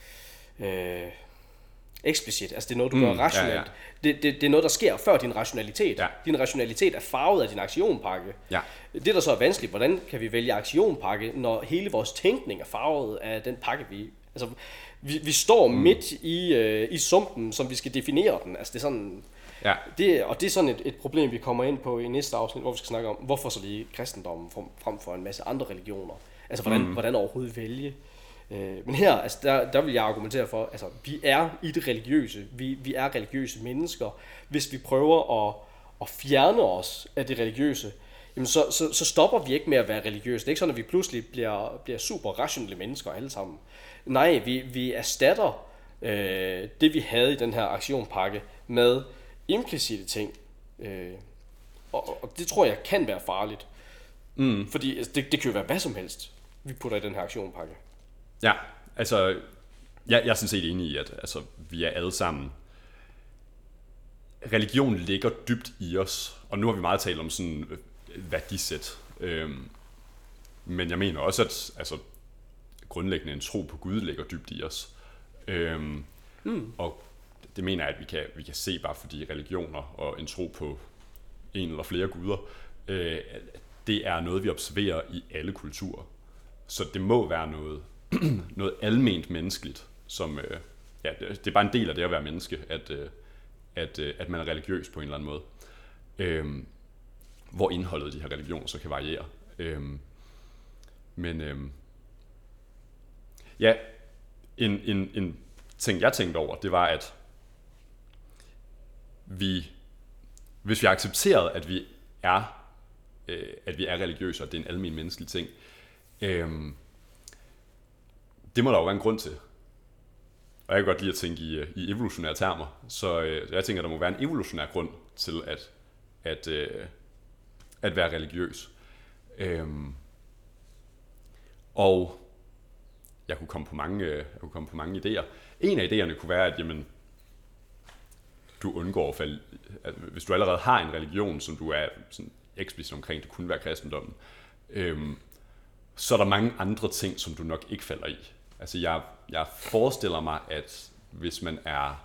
Speaker 2: eksplicit. Altså det er noget, du gør rationelt. Ja. Det er noget, der sker før din rationalitet. Ja. Din rationalitet er farvet af din aktionpakke. Ja. Det, der så er vanskeligt, hvordan kan vi vælge aktionpakke, når hele vores tænkning er farvet af den pakke, vi... Altså, vi står midt i sumpen, som vi skal definere den. Altså det er sådan... Ja. Det er sådan et problem, vi kommer ind på i næste afsnit, hvor vi skal snakke om, hvorfor så lige kristendommen frem for en masse andre religioner. Altså hvordan overhovedet vælge. Men her, altså, der vil jeg argumentere for, altså vi er i det religiøse. Vi er religiøse mennesker. Hvis vi prøver at fjerne os af det religiøse, jamen så stopper vi ikke med at være religiøse. Det er ikke sådan, at vi pludselig bliver super rationelle mennesker alle sammen. Nej, vi erstatter det, vi havde i den her aktionpakke med implicite ting. Og det tror jeg kan være farligt. Fordi det kan jo være hvad som helst, vi putter i den her aktionpakke.
Speaker 1: Ja, altså, jeg er sådan set enig i, at altså, vi er alle sammen... Religion ligger dybt i os, og nu har vi meget talt om sådan værdisæt. Men jeg mener også, at altså, grundlæggende en tro på Gud ligger dybt i os. Og det mener jeg, at vi kan se bare fordi religioner og en tro på en eller flere guder, det er noget, vi observerer i alle kulturer. Så det må være noget alment menneskeligt, som det er bare en del af det at være menneske, at man er religiøs på en eller anden måde. Hvor indholdet af de her religioner så kan variere. En ting jeg tænkte over, det var at hvis vi har accepteret at vi er religiøse, og det er en almen menneskelig ting, det må der jo være en grund til. Og jeg kan godt lide at tænke i evolutionære termer, så jeg tænker, at der må være en evolutionær grund til at være religiøs. Og jeg kunne komme på mange idéer. En af idéerne kunne være, at jamen, du undgår at falde, at hvis du allerede har en religion, som du er sådan eksplicit omkring, det kunne være kristendommen, så er der mange andre ting, som du nok ikke falder i. Altså jeg forestiller mig, at hvis man er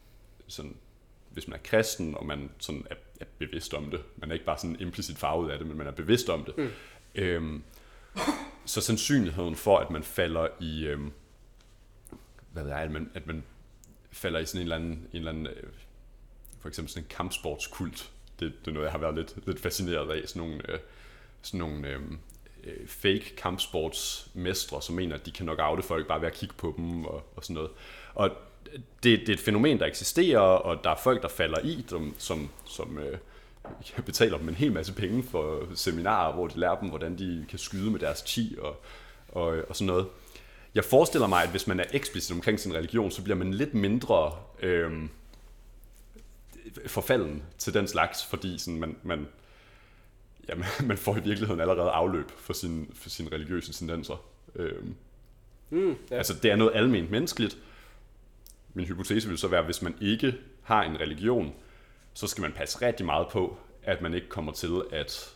Speaker 1: kristen, og man sådan er bevidst om det, man er ikke bare sådan implicit farvet af det, men man er bevidst om det, så sandsynligheden for, at man falder i, at man falder i sådan en eller anden for eksempel sådan en kampsportskult, det er noget, jeg har været lidt fascineret af, sådan nogle fake kampsportsmestre, som mener, at de kan knockoute folk bare ved at kigge på dem og sådan noget. Og det er et fænomen, der eksisterer, og der er folk, der falder i, som betaler dem en hel masse penge for seminarer, hvor de lærer dem, hvordan de kan skyde med deres chi og sådan noget. Jeg forestiller mig, at hvis man er eksplicit omkring sin religion, så bliver man lidt mindre forfalden til den slags, fordi sådan man får i virkeligheden allerede afløb for sin religiøse tendenser. Altså det er noget alment menneskeligt. Min hypotese vil så være, at hvis man ikke har en religion, så skal man passe rigtig meget på, at man ikke kommer til at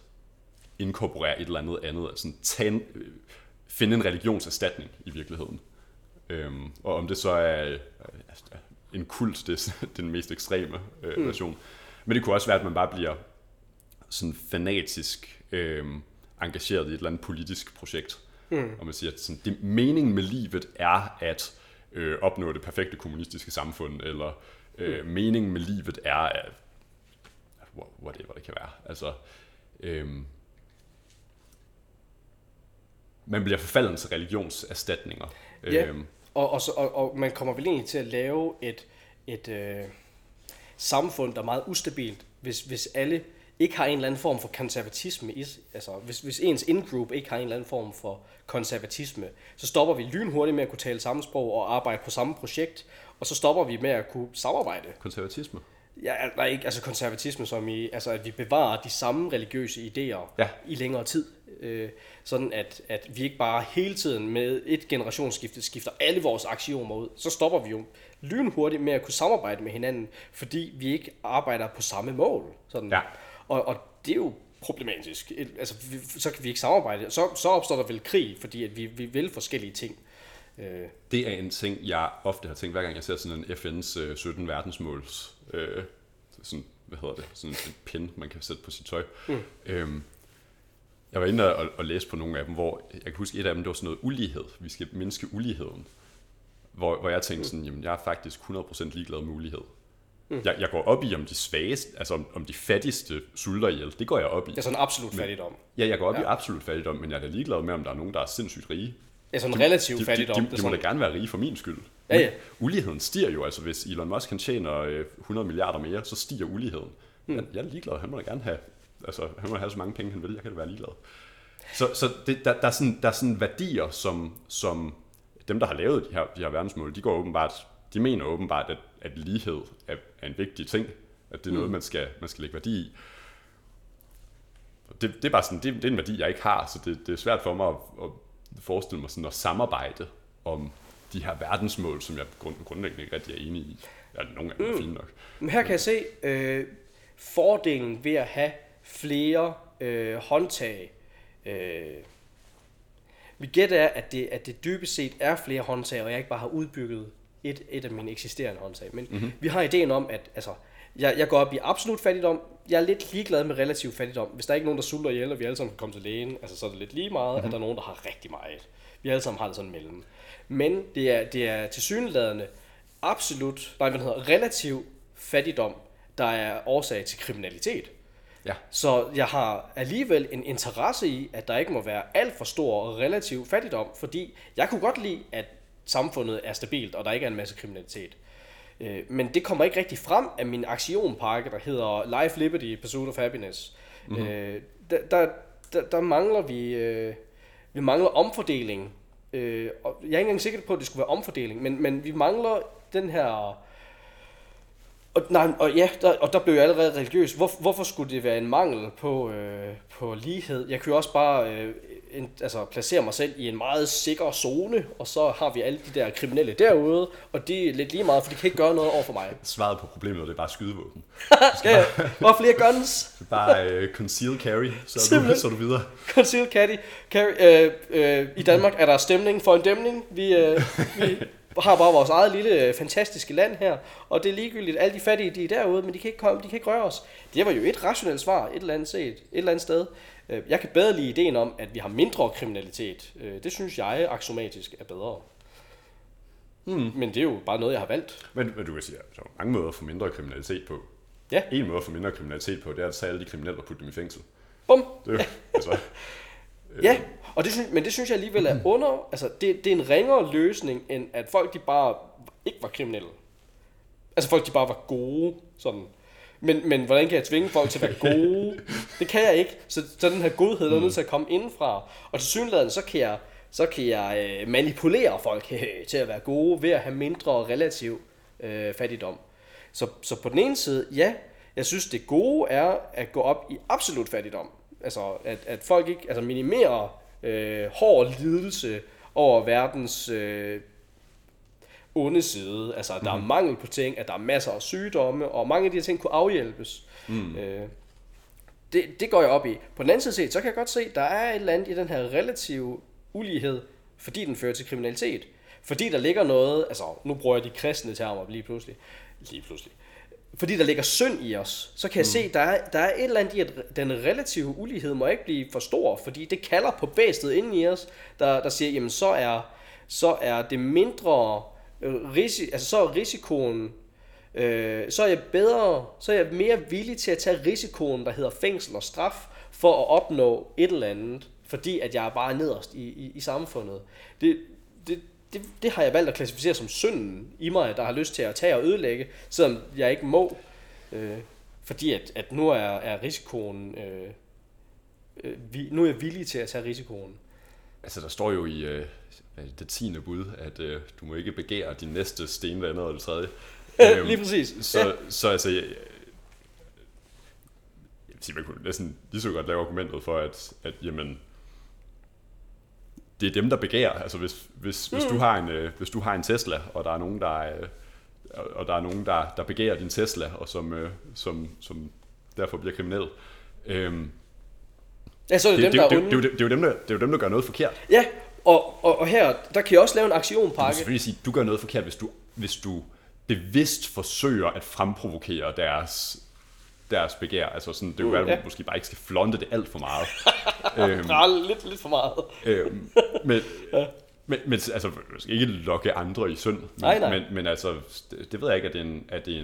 Speaker 1: inkorporere et eller andet, at sådan finde en religionserstatning i virkeligheden. Og om det så er en kult, det er den mest ekstreme version. Men det kunne også være, at man bare bliver sådan fanatisk engageret i et eller andet politisk projekt. Og man siger, at sådan, meningen med livet er at opnå det perfekte kommunistiske samfund, eller meningen med livet er at whatever det kan være. Altså, man bliver forfalden til religionserstatninger.
Speaker 2: Ja, og man kommer vel egentlig til at lave et samfund, der er meget ustabilt, hvis alle ikke har en eller anden form for konservatisme. Altså, hvis ens in-group ikke har en eller anden form for konservatisme, så stopper vi lynhurtigt med at kunne tale samme sprog og arbejde på samme projekt, og så stopper vi med at kunne samarbejde.
Speaker 1: Konservatisme?
Speaker 2: Ja, nej, ikke altså konservatisme som i, altså at vi bevarer de samme religiøse idéer i længere tid. Sådan at vi ikke bare hele tiden med et generationsskifte skifter alle vores aksiomer ud. Så stopper vi jo lynhurtigt med at kunne samarbejde med hinanden, fordi vi ikke arbejder på samme mål. Sådan.
Speaker 1: Ja.
Speaker 2: Og det er jo problematisk. Altså, så kan vi ikke samarbejde. Så opstår der vel krig, fordi at vi vil forskellige ting.
Speaker 1: Det er en ting, jeg ofte har tænkt, hver gang jeg ser sådan en FN's 17 verdensmåls sådan, sådan en pin, man kan sætte på sit tøj. Jeg var inde og læse på nogle af dem, hvor jeg kan huske, et af dem, det var sådan noget ulighed. Vi skal mindske uligheden. Hvor jeg tænkte sådan, jamen jeg er faktisk 100% ligeglad med ulighed. Jeg går op i, om de svageste, altså om de fattigste sulter ihjel. Det går jeg op i.
Speaker 2: Det er sådan absolut fattigdom.
Speaker 1: Ja, jeg går op i absolut fattigdom, men jeg er da ligeglad med, om der er nogen, der er sindssygt rige.
Speaker 2: Det er sådan relativ fattigdom.
Speaker 1: De må da gerne være rige for min skyld.
Speaker 2: Ja. Uligheden
Speaker 1: stiger jo, altså hvis Elon Musk han tjener 100 milliarder mere, så stiger uligheden. Jeg er ligeglad, han må da gerne have, altså han må have så mange penge, han vil, jeg kan da være ligeglad. Så der er sådan værdier, som dem, der har lavet de her verdensmål, de mener åbenbart, at lighed er en vigtig ting, at det er noget, man skal lægge værdi i. Det er bare sådan, det er en værdi, jeg ikke har, så det er svært for mig at forestille mig sådan at samarbejde om de her verdensmål, som jeg grundlæggende ikke rigtig er enig i. Ja, nogle af dem er fine nok.
Speaker 2: Men her kan jeg se fordelen ved at have flere håndtag. Vi gætter at det dybest set er flere håndtag, og jeg ikke bare har udbygget et af mine eksisterende håndtag. Men vi har ideen om, at altså, jeg går op i absolut fattigdom. Jeg er lidt ligeglad med relativ fattigdom. Hvis der er ikke nogen, der sulter ihjel, og vi alle sammen kan komme til lægen, altså, så er det lidt lige meget, at der er nogen, der har rigtig meget. Vi alle sammen har det sådan mellem. Men det er tilsyneladende relativ fattigdom, der er årsag til kriminalitet.
Speaker 1: Ja.
Speaker 2: Så jeg har alligevel en interesse i, at der ikke må være alt for stor relativ fattigdom, fordi jeg kunne godt lide, at samfundet er stabilt, og der ikke er en masse kriminalitet. Men det kommer ikke rigtig frem af min aktionpakke, der hedder Life, Liberty, Pursuit of Happiness. Der mangler vi mangler omfordeling. Og jeg er ikke engang sikker på, at det skulle være omfordeling, men vi mangler den her. Og der blev jeg allerede religiøs. Hvorfor skulle det være en mangel på lighed? Jeg kan jo også bare placere mig selv i en meget sikker zone, og så har vi alle de der kriminelle derude, og det er lidt lige meget, for de kan ikke gøre noget over for mig.
Speaker 1: Svaret på problemet det er bare skydevåben.
Speaker 2: Bare flere guns.
Speaker 1: Bare concealed carry, så er du videre.
Speaker 2: Concealed carry. I Danmark er der stemning for en dæmning. Vi har bare vores eget lille fantastiske land her, og det er ligegyldigt, alle de fattige de er derude, men de kan ikke komme, de kan ikke røre os. Det var jo et rationelt svar et eller andet sted. Jeg kan bedre lide ideen om, at vi har mindre kriminalitet. Det synes jeg aksiomatisk er bedre. Men det er jo bare noget, jeg har valgt.
Speaker 1: Men du kan sige, at der er mange måder at få mindre kriminalitet på.
Speaker 2: Ja.
Speaker 1: En måde at få mindre kriminalitet på, det er at tage alle de kriminelle og putte dem i fængsel.
Speaker 2: Bum!
Speaker 1: Det er jo, altså,
Speaker 2: ja, og det synes jeg alligevel er altså det er en ringere løsning, end at folk de bare ikke var kriminelle. Altså folk de bare var gode, sådan. Men hvordan kan jeg tvinge folk til at være gode? Det kan jeg ikke. Så den her godhed, der er nødt til at komme indenfra. Og til synligheden, så kan jeg manipulere folk til at være gode ved at have mindre relativ fattigdom. Så på den ene side, ja, jeg synes det gode er at gå op i absolut fattigdom. Altså at folk ikke minimerer hård lidelse over verdens onde side. Altså at der er mangel på ting, at der er masser af sygdomme, og mange af de her ting kunne afhjælpes. Det går jeg op i. På den anden side set, så kan jeg godt se, at der er et eller andet i den her relative ulighed, fordi den fører til kriminalitet. Fordi der ligger noget, altså nu bruger jeg de kristne termer lige pludselig, fordi der ligger synd i os, så kan jeg se, der er et eller andet i, at den relative ulighed må ikke blive for stor, fordi det kalder på bæstet inden i os, der siger, jamen så er det mindre så er risikoen, så er jeg mere villig til at tage risikoen, der hedder fængsel og straf, for at opnå et eller andet, fordi at jeg er bare nederst i samfundet. Det har jeg valgt at klassificere som synden i mig, der har lyst til at tage og ødelægge, selvom jeg ikke må, fordi at nu er risikoen, nu er jeg villig til at tage risikoen.
Speaker 1: Altså der står jo i det 10. bud, at du må ikke begære din næste sten, eller noget, eller det tredje.
Speaker 2: Lige præcis.
Speaker 1: Så altså, jeg vil sige, man kunne næsten lige så godt lave argumentet for, at jamen, det er dem, der begærer. Altså hvis du har en Tesla, og der er nogen, der begærer din Tesla, og som derfor bliver kriminel.
Speaker 2: Ja, så er det
Speaker 1: er jo dem, der gør noget forkert.
Speaker 2: Ja, og her, der kan jeg også lave en aktionpakke.
Speaker 1: Du kan selvfølgelig sige, at du gør noget forkert, hvis du bevidst forsøger at fremprovokere deres begær. Altså sådan, det er jo at du måske bare ikke skal flonte det alt for meget.
Speaker 2: Lidt for meget.
Speaker 1: Men altså, du skal ikke lokke andre i synd. Men altså, det ved jeg ikke, at det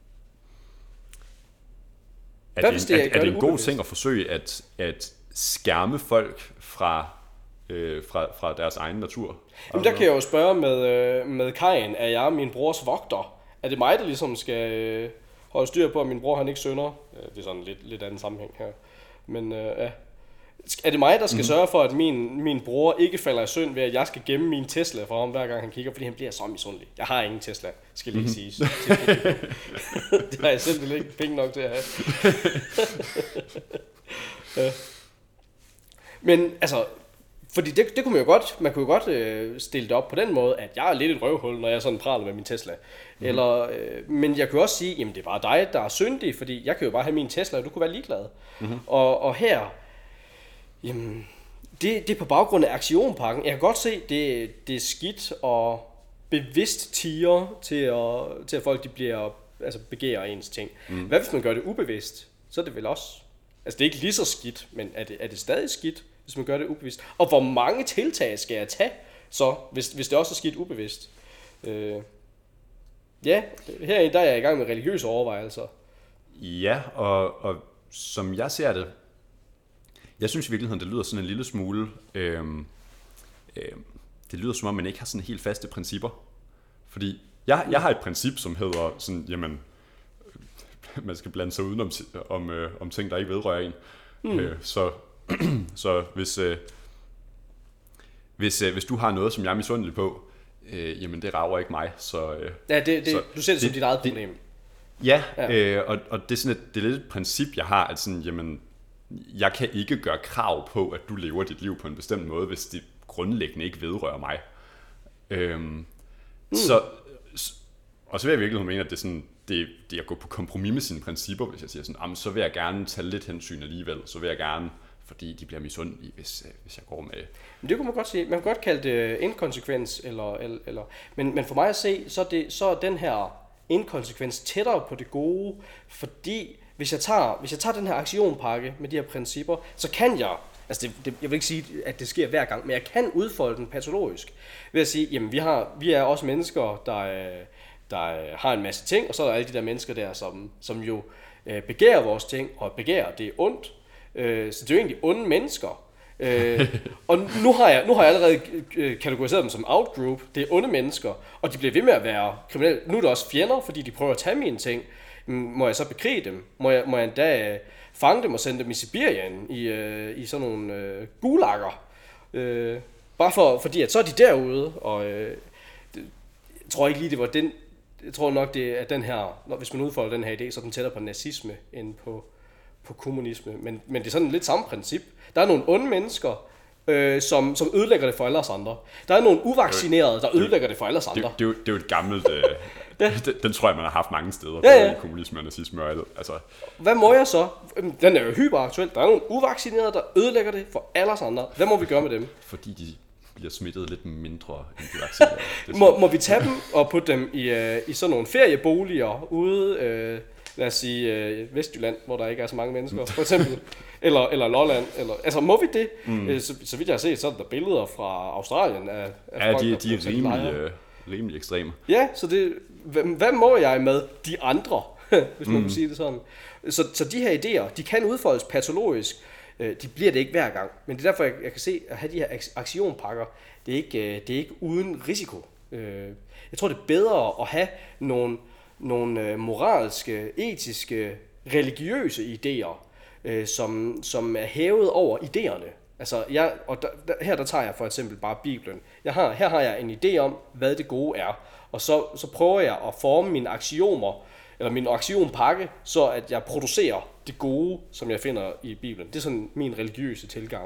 Speaker 1: er en god ting at forsøge at skærme folk fra deres egen natur.
Speaker 2: Jamen, der kan jeg jo spørge med Kajen, er jeg min brors vogter? Er det mig, der ligesom skal holde styr på, at min bror han ikke synder? Det er sådan lidt anden sammenhæng her. Men ja. Er det mig, der skal sørge for, at min bror ikke falder i synd ved, at jeg skal gemme min Tesla for ham, hver gang han kigger, fordi han bliver så misundelig. Jeg har ingen Tesla, skal lige siges. Det har jeg simpelthen ikke penge nok til at have. Men altså, fordi det kunne man kunne jo godt stille det op på den måde, at jeg er lidt et røvhul, når jeg sådan praler med min Tesla. Eller, men jeg kan også sige, jamen det er bare dig, der er syndig, fordi jeg kan jo bare have min Tesla, og du kunne være ligeglad. Og her, jamen, det er på baggrund af aktionpakken. Jeg kan godt se, det er skidt og bevidst tiger til at folk de bliver, altså begærer ens ting. Hvad hvis man gør det ubevidst? Så er det vel også, altså det er ikke lige så skidt, men er det stadig skidt, hvis man gør det ubevidst? Og hvor mange tiltag skal jeg tage, så hvis det også er skidt ubevidst? Ja, her der er jeg i gang med religiøse overvejelser.
Speaker 1: Ja, og som jeg ser det, jeg synes i virkeligheden, det lyder sådan en lille smule, det lyder som om, man ikke har sådan helt faste principper. Fordi jeg har et princip, som hedder sådan, jamen, man skal blande sig uden om ting, der ikke vedrører en. Så hvis du har noget, som jeg er misundelig på, jamen det rager ikke mig. Så,
Speaker 2: du ser det som dit eget problem.
Speaker 1: Ja. Og det er sådan det er lidt et princip, jeg har, at sådan, jamen, jeg kan ikke gøre krav på, at du lever dit liv på en bestemt måde, hvis det grundlæggende ikke vedrører mig. Og så vil jeg virkelig mene, at det er sådan, det er at gå på kompromis med sine principper, hvis jeg siger sådan, så vil jeg gerne tage lidt hensyn alligevel, så vil jeg gerne, fordi de bliver misundelige, hvis jeg går med.
Speaker 2: Men det kunne man godt sige. Man kan godt kalde det inkonsekvens, eller men for mig at se, så er den her inkonsekvens tættere på det gode, fordi hvis jeg tager den her aktionpakke med de her principper, så kan jeg, altså jeg vil ikke sige, at det sker hver gang, men jeg kan udfolde den patologisk ved at sige, jamen vi er også mennesker, der har en masse ting, og så er der alle de der mennesker der, som jo begærer vores ting, og begærer, det er ondt. Så det er jo egentlig onde mennesker. Og nu har jeg allerede kategoriseret dem som outgroup. Det er onde mennesker, og de bliver ved med at være kriminelle. Nu er det også fjender, fordi de prøver at tage mine ting. Må jeg så bekrige dem? Må jeg endda fange dem og sende dem i Sibirien i sådan nogle gulager? Bare fordi at så er de derude, og jeg tror ikke lige det var den. Jeg tror nok det er den her, hvis man udfolder den her idé, så er den tættere på nazisme end på kommunisme, men det er sådan lidt samme princip. Der er nogle onde mennesker, som ødelægger det for alle os andre. Der er nogle uvaccinerede, der ødelægger det for alle os andre.
Speaker 1: Det er jo et gammelt... den tror jeg, man har haft mange steder, både i kommunisme og nazisme og alt. Altså.
Speaker 2: Hvad må jeg så? Den er jo hyperaktuel. Der er nogle uvaccinerede, der ødelægger det for alle os andre. Hvad må vi gøre med dem?
Speaker 1: Fordi bliver smittet lidt mindre end de vaccinerede.
Speaker 2: Må vi tage dem og putte dem i sådan nogle ferieboliger ude, lad os sige Vestjylland, hvor der ikke er så mange mennesker, for eksempel, eller Lolland, altså må vi det? Så vidt jeg har set, så er der billeder fra Australien af
Speaker 1: ja,
Speaker 2: folk,
Speaker 1: de er rimelig ekstreme.
Speaker 2: Ja, så det, hvad må jeg med de andre, hvis man kan sige det sådan? Så de her idéer, de kan udfoldes patologisk. De bliver det ikke hver gang, men det er derfor, jeg kan se, at have de her aktionpakker, det er ikke uden risiko. Jeg tror, det er bedre at have nogle moralske, etiske, religiøse idéer, som er hævet over idéerne. Altså, her tager jeg for eksempel bare Bibelen. Her har jeg en idé om, hvad det gode er, og så prøver jeg at forme mine aksiomer, eller min aktionpakke, så at jeg producerer det gode, som jeg finder i Bibelen. Det er sådan min religiøse tilgang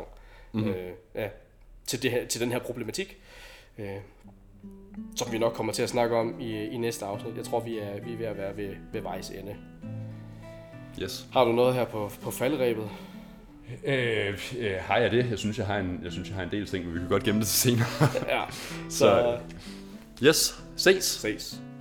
Speaker 2: til den her problematik, som vi nok kommer til at snakke om i næste afsnit. Jeg tror, vi er ved at være ved vejs ende.
Speaker 1: Yes.
Speaker 2: Har du noget her på falderebet?
Speaker 1: Har jeg det? Jeg synes, jeg har en del ting, men vi kan godt gemme det til senere.
Speaker 2: Ja.
Speaker 1: Så yes, ses.